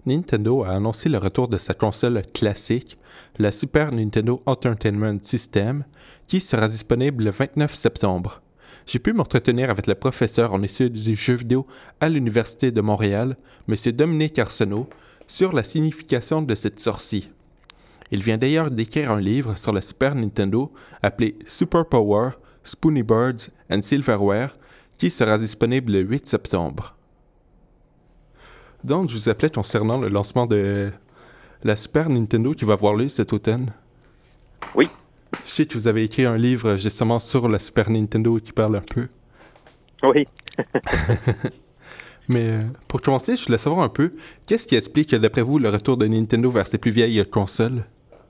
Nintendo a annoncé le retour de sa console classique, la Super Nintendo Entertainment System, qui sera disponible le 29 septembre. J'ai pu m'entretenir avec le professeur en études du jeu vidéo à l'Université de Montréal, M. Dominique Arsenault, sur la signification de cette sortie. Il vient d'ailleurs d'écrire un livre sur la Super Nintendo appelé Super Power, Spoony Birds and Silverware, qui sera disponible le 8 septembre. Donc, je vous appelais concernant le lancement de la Super Nintendo qui va avoir lieu cet automne. Oui. Je sais que vous avez écrit un livre justement sur la Super Nintendo qui parle un peu. Oui. Mais pour commencer, je voulais savoir un peu, qu'est-ce qui explique, d'après vous, le retour de Nintendo vers ses plus vieilles consoles?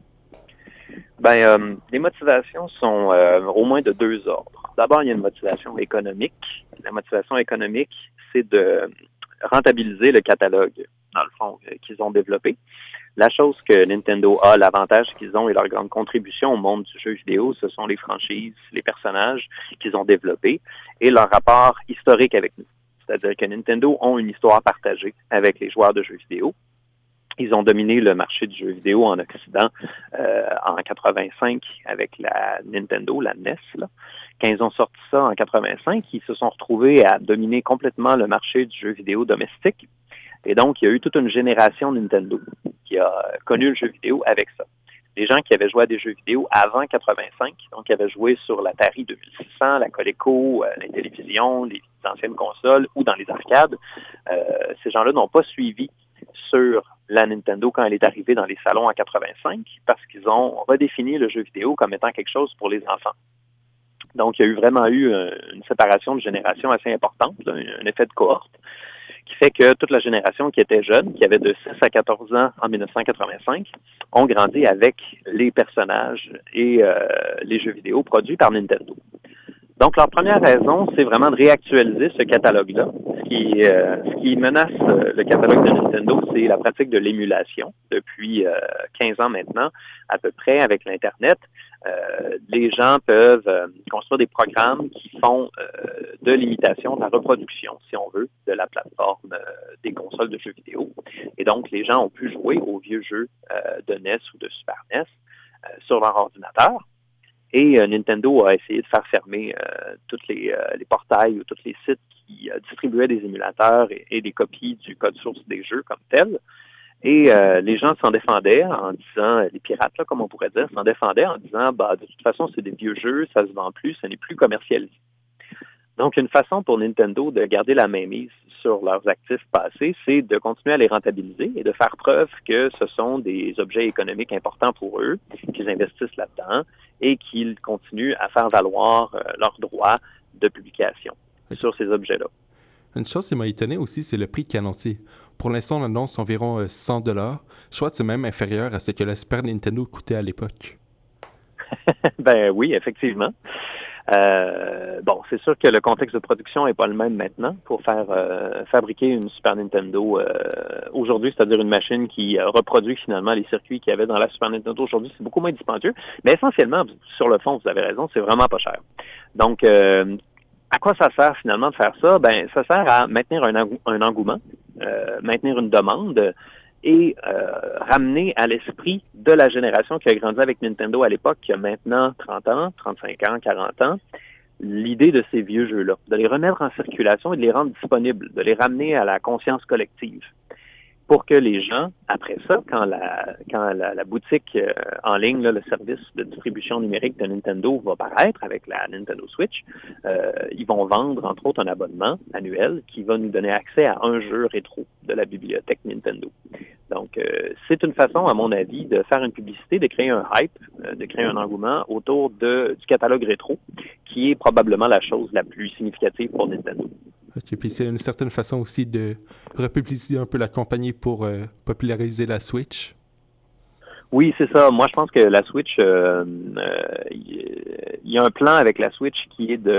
Les motivations sont au moins de deux ordres. D'abord, il y a une motivation économique. La motivation économique, c'est de rentabiliser le catalogue, dans le fond, qu'ils ont développé. La chose que Nintendo a, l'avantage qu'ils ont et leur grande contribution au monde du jeu vidéo, ce sont les franchises, les personnages qu'ils ont développés et leur rapport historique avec nous. C'est-à-dire que Nintendo ont une histoire partagée avec les joueurs de jeux vidéo. Ils ont dominé le marché du jeu vidéo en Occident en 85 avec la Nintendo, la NES. Là. Quand ils ont sorti ça en 85, ils se sont retrouvés à dominer complètement le marché du jeu vidéo domestique. Et donc, il y a eu toute une génération Nintendo qui a connu le jeu vidéo avec ça. Les gens qui avaient joué à des jeux vidéo avant 85, donc qui avaient joué sur l'Atari 2600, la Coleco, les télévisions, les anciennes consoles ou dans les arcades, ces gens-là n'ont pas suivi sur la Nintendo quand elle est arrivée dans les salons en 85 parce qu'ils ont redéfini le jeu vidéo comme étant quelque chose pour les enfants. Donc, il y a eu vraiment une séparation de génération assez importante, là, un effet de cohorte, qui fait que toute la génération qui était jeune, qui avait de 6 à 14 ans en 1985, ont grandi avec les personnages et les jeux vidéo produits par Nintendo. Donc, leur première raison, c'est vraiment de réactualiser ce catalogue-là. Ce qui menace le catalogue de Nintendo, c'est la pratique de l'émulation. Depuis 15 ans maintenant, à peu près, avec l'Internet, les gens peuvent construire des programmes qui font de l'imitation, de la reproduction, si on veut, de la plateforme des consoles de jeux vidéo. Et donc, les gens ont pu jouer aux vieux jeux de NES ou de Super NES sur leur ordinateur. Et Nintendo a essayé de faire fermer tous les portails ou tous les sites qui distribuaient des émulateurs et des copies du code source des jeux comme tel. Et les gens s'en défendaient en disant, les pirates, là, comme on pourrait dire, s'en défendaient en disant, de toute façon, c'est des vieux jeux, ça se vend plus, ça n'est plus commercialisé. Donc, une façon pour Nintendo de garder la mainmise sur leurs actifs passés, c'est de continuer à les rentabiliser et de faire preuve que ce sont des objets économiques importants pour eux, qu'ils investissent là-dedans et qu'ils continuent à faire valoir leurs droits de publication sur ces objets-là. Une chose qui m'a étonné aussi, c'est le prix qui est annoncé. Pour l'instant, on annonce environ 100$. Je crois que c'est même inférieur à ce que la Super Nintendo coûtait à l'époque. Oui, effectivement. C'est sûr que le contexte de production n'est pas le même maintenant pour faire fabriquer une Super Nintendo aujourd'hui, c'est-à-dire une machine qui reproduit finalement les circuits qu'il y avait dans la Super Nintendo aujourd'hui. C'est beaucoup moins dispendieux, mais essentiellement, sur le fond, vous avez raison, c'est vraiment pas cher. Donc, à quoi ça sert finalement de faire ça? Ça sert à maintenir un engouement, maintenir une demande et ramener à l'esprit de la génération qui a grandi avec Nintendo à l'époque, qui a maintenant 30 ans, 35 ans, 40 ans, l'idée de ces vieux jeux-là, de les remettre en circulation et de les rendre disponibles, de les ramener à la conscience collective. Pour que les gens, après ça, quand la boutique en ligne, là, le service de distribution numérique de Nintendo va paraître avec la Nintendo Switch, ils vont vendre, entre autres, un abonnement annuel qui va nous donner accès à un jeu rétro de la bibliothèque Nintendo. Donc, c'est une façon, à mon avis, de faire une publicité, de créer un hype, de créer un engouement autour du catalogue rétro, qui est probablement la chose la plus significative pour Nintendo. OK, puis c'est une certaine façon aussi de republiciser un peu la compagnie pour populariser la Switch. Oui, c'est ça. Moi, je pense que la Switch, il y a un plan avec la Switch qui est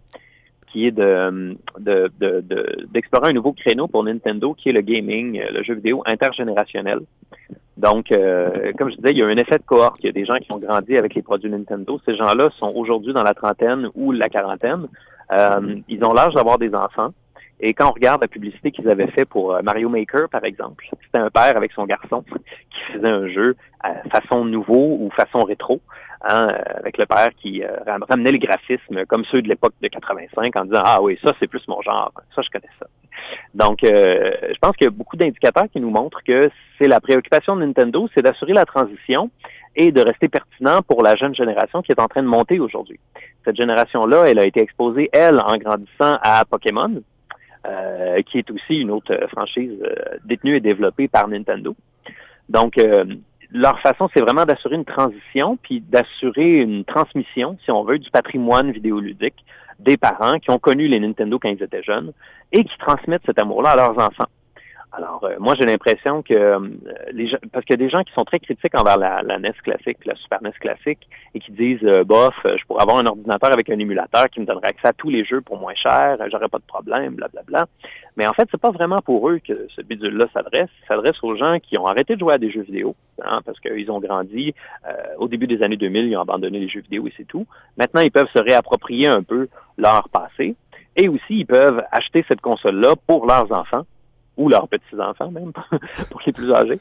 d'explorer un nouveau créneau pour Nintendo, qui est le gaming, le jeu vidéo intergénérationnel. Donc, comme je disais, il y a un effet de cohorte. Il y a des gens qui ont grandi avec les produits Nintendo. Ces gens-là sont aujourd'hui dans la trentaine ou la quarantaine. Ils ont l'âge d'avoir des enfants. Et quand on regarde la publicité qu'ils avaient fait pour Mario Maker, par exemple, c'était un père avec son garçon qui faisait un jeu façon nouveau ou façon rétro, hein, avec le père qui ramenait les graphismes comme ceux de l'époque de 85 en disant « Ah oui, ça c'est plus mon genre, ça je connais ça ». Donc, je pense qu'il y a beaucoup d'indicateurs qui nous montrent que c'est la préoccupation de Nintendo, c'est d'assurer la transition et de rester pertinent pour la jeune génération qui est en train de monter aujourd'hui. Cette génération-là, elle a été exposée, elle, en grandissant à Pokémon, qui est aussi une autre franchise détenue et développée par Nintendo. Donc, leur façon, c'est vraiment d'assurer une transition, puis d'assurer une transmission, si on veut, du patrimoine vidéoludique des parents qui ont connu les Nintendo quand ils étaient jeunes et qui transmettent cet amour-là à leurs enfants. Alors, moi, j'ai l'impression que les gens, parce qu'il y a des gens qui sont très critiques envers la NES classique, la Super NES classique, et qui disent, bof, je pourrais avoir un ordinateur avec un émulateur qui me donnerait accès à tous les jeux pour moins cher, j'aurais pas de problème, blablabla. Mais en fait, c'est pas vraiment pour eux que ce bidule-là s'adresse. Il s'adresse aux gens qui ont arrêté de jouer à des jeux vidéo, hein, parce qu'ils ont grandi. Au début des années 2000, ils ont abandonné les jeux vidéo et c'est tout. Maintenant, ils peuvent se réapproprier un peu leur passé. Et aussi, ils peuvent acheter cette console-là pour leurs enfants, ou leurs petits-enfants même, pour les plus âgés.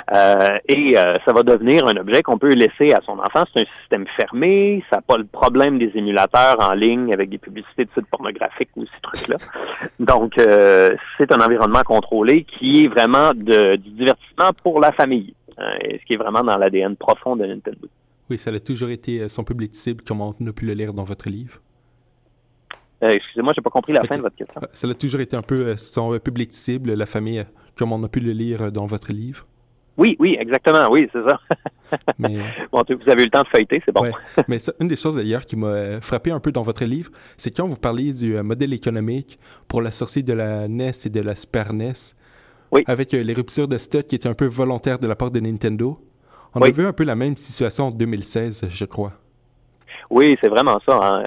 Ça va devenir un objet qu'on peut laisser à son enfant. C'est un système fermé, ça n'a pas le problème des émulateurs en ligne avec des publicités de sites pornographiques ou ces trucs-là. Donc, c'est un environnement contrôlé qui est vraiment du divertissement pour la famille, hein, et ce qui est vraiment dans l'ADN profond de Nintendo. Oui, ça a toujours été son public cible, comme on a pu le lire dans votre livre. Excusez-moi, j'ai pas compris la fin de votre question. Ça a toujours été un peu son public cible, la famille, comme on a pu le lire dans votre livre. Oui, exactement, oui, c'est ça. Mais, bon, vous avez eu le temps de feuilleter, c'est bon. Ouais. Mais ça, une des choses d'ailleurs qui m'a frappé un peu dans votre livre, c'est quand vous parliez du modèle économique pour la sortie de la NES et de la Super NES, oui, avec les ruptures de stock qui étaient un peu volontaires de la part de Nintendo. On oui. a vu un peu la même situation en 2016, je crois. Oui, c'est vraiment ça. Hein.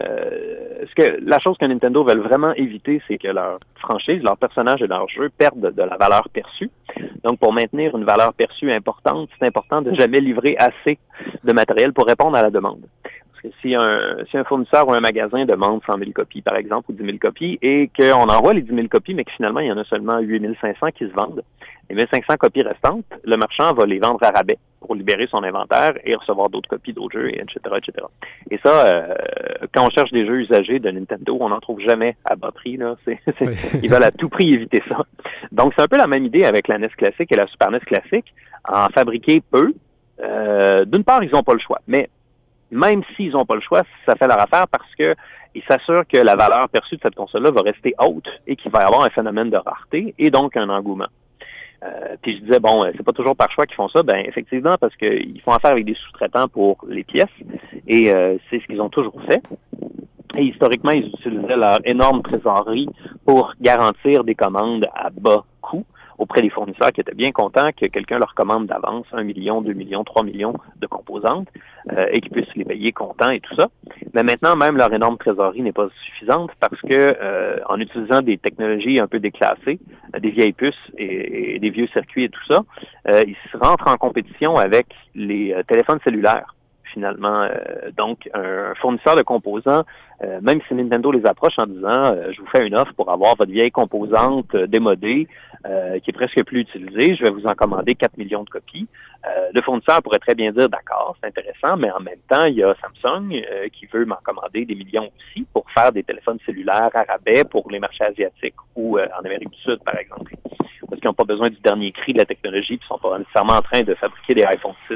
La chose que Nintendo veut vraiment éviter, c'est que leur franchise, leurs personnages et leurs jeux perdent de la valeur perçue. Donc, pour maintenir une valeur perçue importante, c'est important de jamais livrer assez de matériel pour répondre à la demande. Parce que si un fournisseur ou un magasin demande 100 000 copies, par exemple, ou 10 000 copies, et qu'on envoie les 10 000 copies, mais que finalement, il y en a seulement 8 500 qui se vendent, les 1 500 copies restantes, le marchand va les vendre à rabais pour libérer son inventaire et recevoir d'autres copies d'autres jeux, etc., etc. Et ça, quand on cherche des jeux usagés de Nintendo, on n'en trouve jamais à bas prix, là. Oui. Ils veulent à tout prix éviter ça. Donc, c'est un peu la même idée avec la NES classique et la Super NES classique. En fabriquer peu, d'une part, ils n'ont pas le choix. Mais même s'ils n'ont pas le choix, ça fait leur affaire parce que ils s'assurent que la valeur perçue de cette console-là va rester haute et qu'il va y avoir un phénomène de rareté et donc un engouement. Puis je disais, bon, c'est pas toujours par choix qu'ils font ça. Ben effectivement, parce qu'ils font affaire avec des sous-traitants pour les pièces et c'est ce qu'ils ont toujours fait. Et historiquement, ils utilisaient leur énorme trésorerie pour garantir des commandes à bas coût auprès des fournisseurs qui étaient bien contents que quelqu'un leur commande d'avance 1 million, 2 millions, 3 millions de composantes et qu'ils puissent les payer contents et tout ça. Mais maintenant, même leur énorme trésorerie n'est pas suffisante parce que en utilisant des technologies un peu déclassées, des vieilles puces et des vieux circuits et tout ça, ils se rentrent en compétition avec les téléphones cellulaires. Finalement, donc un fournisseur de composants, même si Nintendo les approche en disant je vous fais une offre pour avoir votre vieille composante démodée qui est presque plus utilisée, je vais vous en commander 4 millions de copies. Le fournisseur pourrait très bien dire d'accord, c'est intéressant, mais en même temps, il y a Samsung qui veut m'en commander des millions aussi pour faire des téléphones cellulaires à rabais pour les marchés asiatiques ou en Amérique du Sud, par exemple. Parce qu'ils n'ont pas besoin du dernier cri de la technologie, puis ils ne sont pas nécessairement en train de fabriquer des iPhone 6.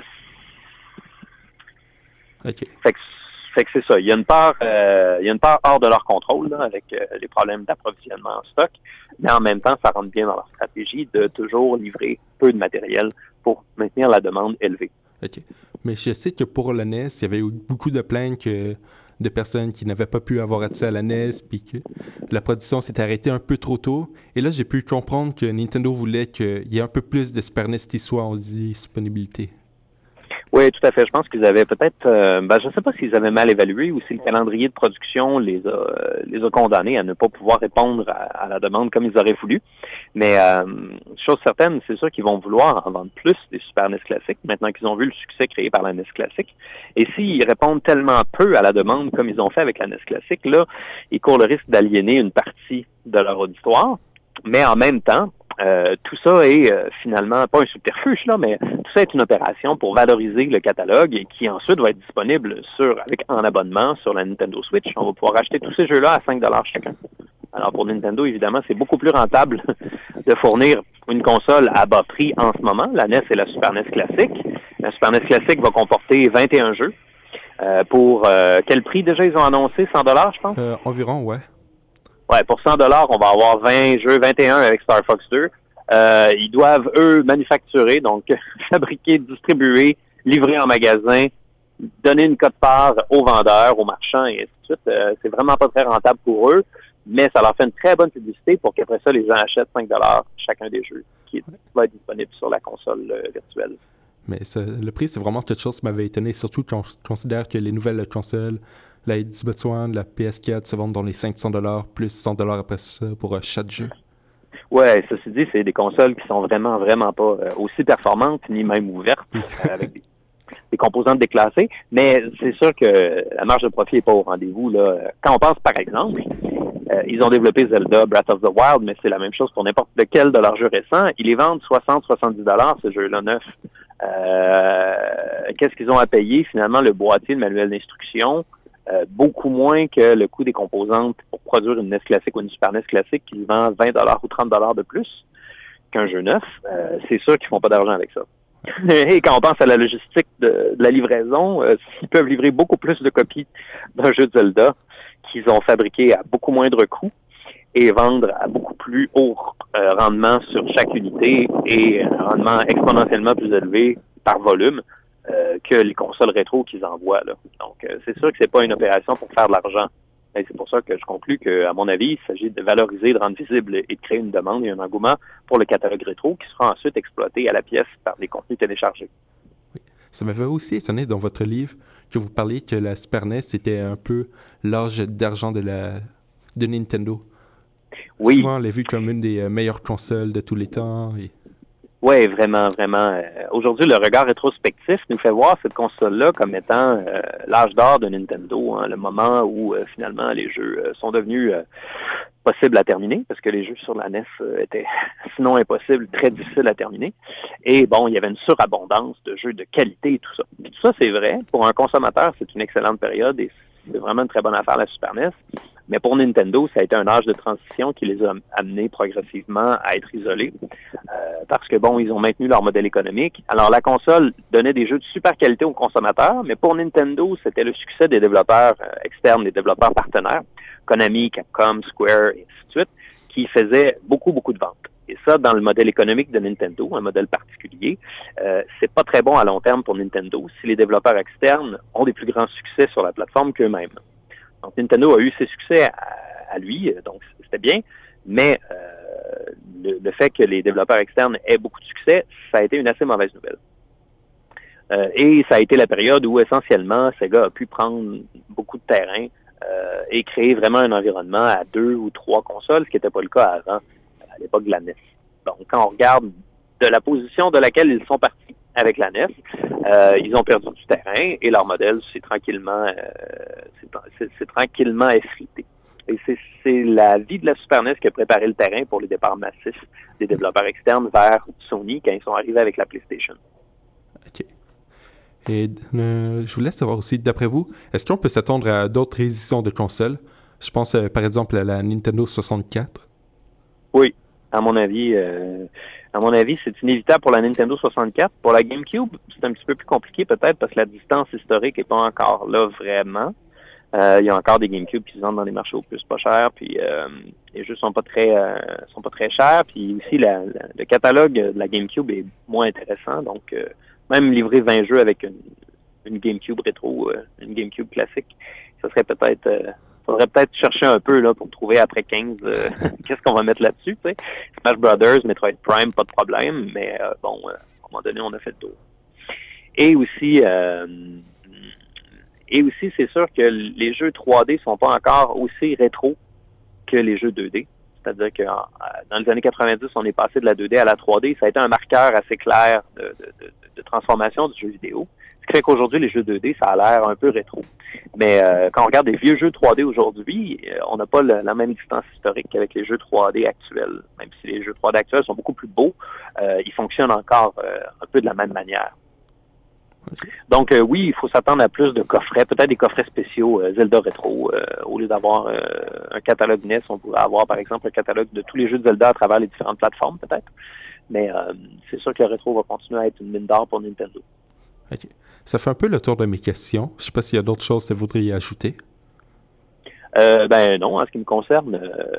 Okay. Fait que c'est ça. Il y a une part hors de leur contrôle là, avec les problèmes d'approvisionnement en stock, mais en même temps, ça rentre bien dans leur stratégie de toujours livrer peu de matériel pour maintenir la demande élevée. OK. Mais je sais que pour la NES, il y avait eu beaucoup de plaintes de personnes qui n'avaient pas pu avoir accès à la NES, puis que la production s'était arrêtée un peu trop tôt. Et là, j'ai pu comprendre que Nintendo voulait qu'il y ait un peu plus de Super NES qui soit en disponibilité. Oui, tout à fait. Je pense qu'ils avaient peut-être, je ne sais pas s'ils avaient mal évalué ou si le calendrier de production les a condamnés à ne pas pouvoir répondre à la demande comme ils auraient voulu. Mais chose certaine, c'est sûr qu'ils vont vouloir en vendre plus des Super NES classiques maintenant qu'ils ont vu le succès créé par la NES classique. Et s'ils répondent tellement peu à la demande comme ils ont fait avec la NES classique, là, ils courent le risque d'aliéner une partie de leur auditoire. Mais en même temps, tout ça est finalement pas un subterfuge, là, mais tout ça est une opération pour valoriser le catalogue et qui ensuite va être disponible en abonnement sur la Nintendo Switch. On va pouvoir acheter tous ces jeux-là à 5 chacun. Alors pour Nintendo, évidemment, c'est beaucoup plus rentable de fournir une console à bas prix en ce moment, la NES et la Super NES classique. La Super NES classique va comporter 21 jeux. Pour quel prix déjà ils ont annoncé? 100 je pense? Environ, ouais. Ouais, pour 100 on va avoir 20 jeux, 21 avec Star Fox 2. Ils doivent, eux, manufacturer, donc fabriquer, distribuer, livrer en magasin, donner une cote-part aux vendeurs, aux marchands, et ainsi de suite. C'est vraiment pas très rentable pour eux, mais ça leur fait une très bonne publicité pour qu'après ça, les gens achètent 5 chacun des jeux qui va être disponible sur la console virtuelle. Mais le prix, c'est vraiment quelque chose qui m'avait étonné, surtout quand on considère que les nouvelles consoles, la Xbox One, la PS4 se vendent dans les 500 plus 100 après ça pour chaque jeu. Ouais, ceci dit, c'est des consoles qui sont vraiment, vraiment pas aussi performantes, ni même ouvertes, avec des composantes déclassées. Mais c'est sûr que la marge de profit n'est pas au rendez-vous, là. Quand on pense, par exemple, ils ont développé Zelda Breath of the Wild, mais c'est la même chose pour n'importe lequel de leurs jeux récents. Ils les vendent 60-70 ces jeux-là neufs. Qu'est-ce qu'ils ont à payer? Finalement, le boîtier, le manuel d'instruction, beaucoup moins que le coût des composantes pour produire une NES classique ou une Super NES classique qui vend 20 ou 30 de plus qu'un jeu neuf. C'est sûr qu'ils font pas d'argent avec ça. Et quand on pense à la logistique de la livraison, ils peuvent livrer beaucoup plus de copies d'un jeu de Zelda qu'ils ont fabriqué à beaucoup moindre coût et vendre à beaucoup plus haut rendement sur chaque unité et un rendement exponentiellement plus élevé par volume que les consoles rétro qu'ils envoient, là. Donc, c'est sûr que c'est pas une opération pour faire de l'argent. Et c'est pour ça que je conclus qu'à mon avis, il s'agit de valoriser, de rendre visible et de créer une demande et un engouement pour le catalogue rétro qui sera ensuite exploité à la pièce par des contenus téléchargés. Oui. Ça m'avait aussi étonné dans votre livre que vous parliez que la Super NES était un peu l'âge d'argent de Nintendo. Oui. Souvent, on l'a vu comme une des meilleures consoles de tous les temps. Oui, vraiment, vraiment. Aujourd'hui, le regard rétrospectif nous fait voir cette console-là comme étant l'âge d'or de Nintendo, hein, le moment où finalement les jeux sont devenus possibles à terminer, parce que les jeux sur la NES étaient sinon impossibles, très difficiles à terminer. Et bon, il y avait une surabondance de jeux de qualité et tout ça. Puis tout ça, c'est vrai. Pour un consommateur, c'est une excellente période et c'est vraiment une très bonne affaire, la Super NES. Mais pour Nintendo, ça a été un âge de transition qui les a amenés progressivement à être isolés parce que, bon, ils ont maintenu leur modèle économique. Alors, la console donnait des jeux de super qualité aux consommateurs, mais pour Nintendo, c'était le succès des développeurs externes, des développeurs partenaires, Konami, Capcom, Square, et ainsi de suite, qui faisaient beaucoup, beaucoup de ventes. Et ça, dans le modèle économique de Nintendo, un modèle particulier, c'est pas très bon à long terme pour Nintendo si les développeurs externes ont des plus grands succès sur la plateforme qu'eux-mêmes. Donc, Nintendo a eu ses succès à lui, donc c'était bien, mais le fait que les développeurs externes aient beaucoup de succès, ça a été une assez mauvaise nouvelle. Et ça a été la période où, essentiellement, Sega a pu prendre beaucoup de terrain et créer vraiment un environnement à 2 ou 3 consoles, ce qui n'était pas le cas avant, à l'époque de la NES. Donc, quand on regarde de la position de laquelle ils sont partis avec la NES, ils ont perdu du terrain et leur modèle s'est tranquillement effrité. Et c'est la vie de la Super NES qui a préparé le terrain pour les départs massifs des développeurs externes vers Sony quand ils sont arrivés avec la PlayStation. OK. Et je voulais savoir aussi, d'après vous, est-ce qu'on peut s'attendre à d'autres rééditions de consoles? Je pense par exemple à la Nintendo 64. Oui, à mon avis, c'est inévitable pour la Nintendo 64. Pour la GameCube, c'est un petit peu plus compliqué peut-être parce que la distance historique n'est pas encore là vraiment. Il y a encore des GameCube qui se vendent dans les marchés au plus pas cher, puis les jeux sont pas très chers, puis aussi le catalogue de la GameCube est moins intéressant, donc même livrer 20 jeux avec une GameCube rétro, une GameCube classique, ça serait faudrait peut-être chercher un peu là pour trouver après 15 qu'est-ce qu'on va mettre là-dessus, tu sais. Smash Brothers, Metroid Prime, pas de problème, mais à un moment donné, on a fait le tour. Et aussi, c'est sûr que les jeux 3D sont pas encore aussi rétro que les jeux 2D. C'est-à-dire que dans les années 90, on est passé de la 2D à la 3D. Ça a été un marqueur assez clair de transformation du jeu vidéo. Ce qui fait qu'aujourd'hui, les jeux 2D, ça a l'air un peu rétro. Mais quand on regarde des vieux jeux 3D aujourd'hui, on n'a pas la même distance historique qu'avec les jeux 3D actuels. Même si les jeux 3D actuels sont beaucoup plus beaux, ils fonctionnent encore un peu de la même manière. Donc oui, il faut s'attendre à plus de coffrets, peut-être des coffrets spéciaux Zelda Rétro. Au lieu d'avoir un catalogue NES, on pourrait avoir par exemple un catalogue de tous les jeux de Zelda à travers les différentes plateformes peut-être. Mais c'est sûr que le rétro va continuer à être une mine d'or pour Nintendo. OK. Ça fait un peu le tour de mes questions. Je ne sais pas s'il y a d'autres choses que vous voudriez ajouter. Ben non, en ce qui me concerne,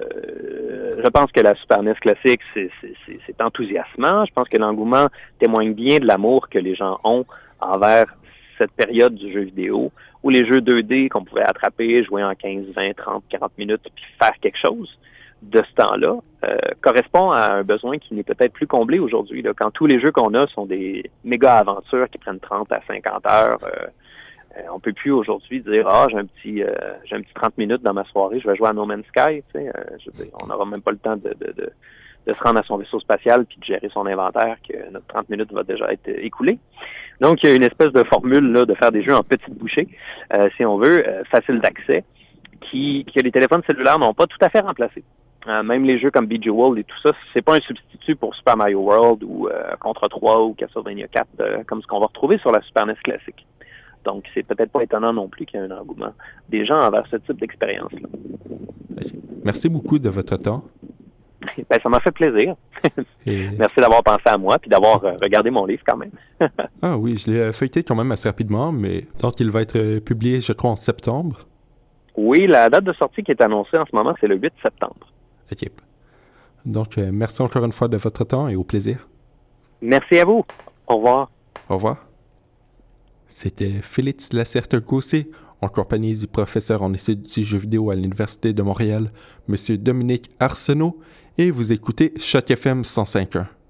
je pense que la Super NES classique, c'est enthousiasmant. Je pense que l'engouement témoigne bien de l'amour que les gens ont envers cette période du jeu vidéo, où les jeux 2D qu'on pouvait attraper, jouer en 15, 20, 30, 40 minutes, puis faire quelque chose de ce temps-là, correspond à un besoin qui n'est peut-être plus comblé aujourd'hui. Quand tous les jeux qu'on a sont des méga aventures qui prennent 30 à 50 heures, on peut plus aujourd'hui dire j'ai un petit 30 minutes dans ma soirée, je vais jouer à No Man's Sky. Je veux dire, on n'aura même pas le temps de se rendre à son vaisseau spatial puis de gérer son inventaire, que notre 30 minutes va déjà être écoulé. Donc, il y a une espèce de formule là, de faire des jeux en petites bouchées, si on veut, facile d'accès, que les téléphones cellulaires n'ont pas tout à fait remplacé. Même les jeux comme Bejeweled et tout ça, c'est pas un substitut pour Super Mario World ou Contra 3 ou Castlevania 4, comme ce qu'on va retrouver sur la Super NES classique. Donc, c'est peut-être pas étonnant non plus qu'il y ait un engouement des gens envers ce type d'expérience-là. Merci beaucoup de votre temps. Ben, ça m'a fait plaisir. Merci d'avoir pensé à moi puis d'avoir regardé mon livre quand même. Ah oui, je l'ai feuilleté quand même assez rapidement, mais donc il va être publié, je crois, en septembre. Oui, la date de sortie qui est annoncée en ce moment, c'est le 8 septembre. OK. Donc, merci encore une fois de votre temps et au plaisir. Merci à vous. Au revoir. Au revoir. C'était Félix Lacerte-Gaussé, en compagnie du professeur en études du jeu vidéo à l'Université de Montréal, M. Dominique Arsenault, et vous écoutez Choc FM 105.1.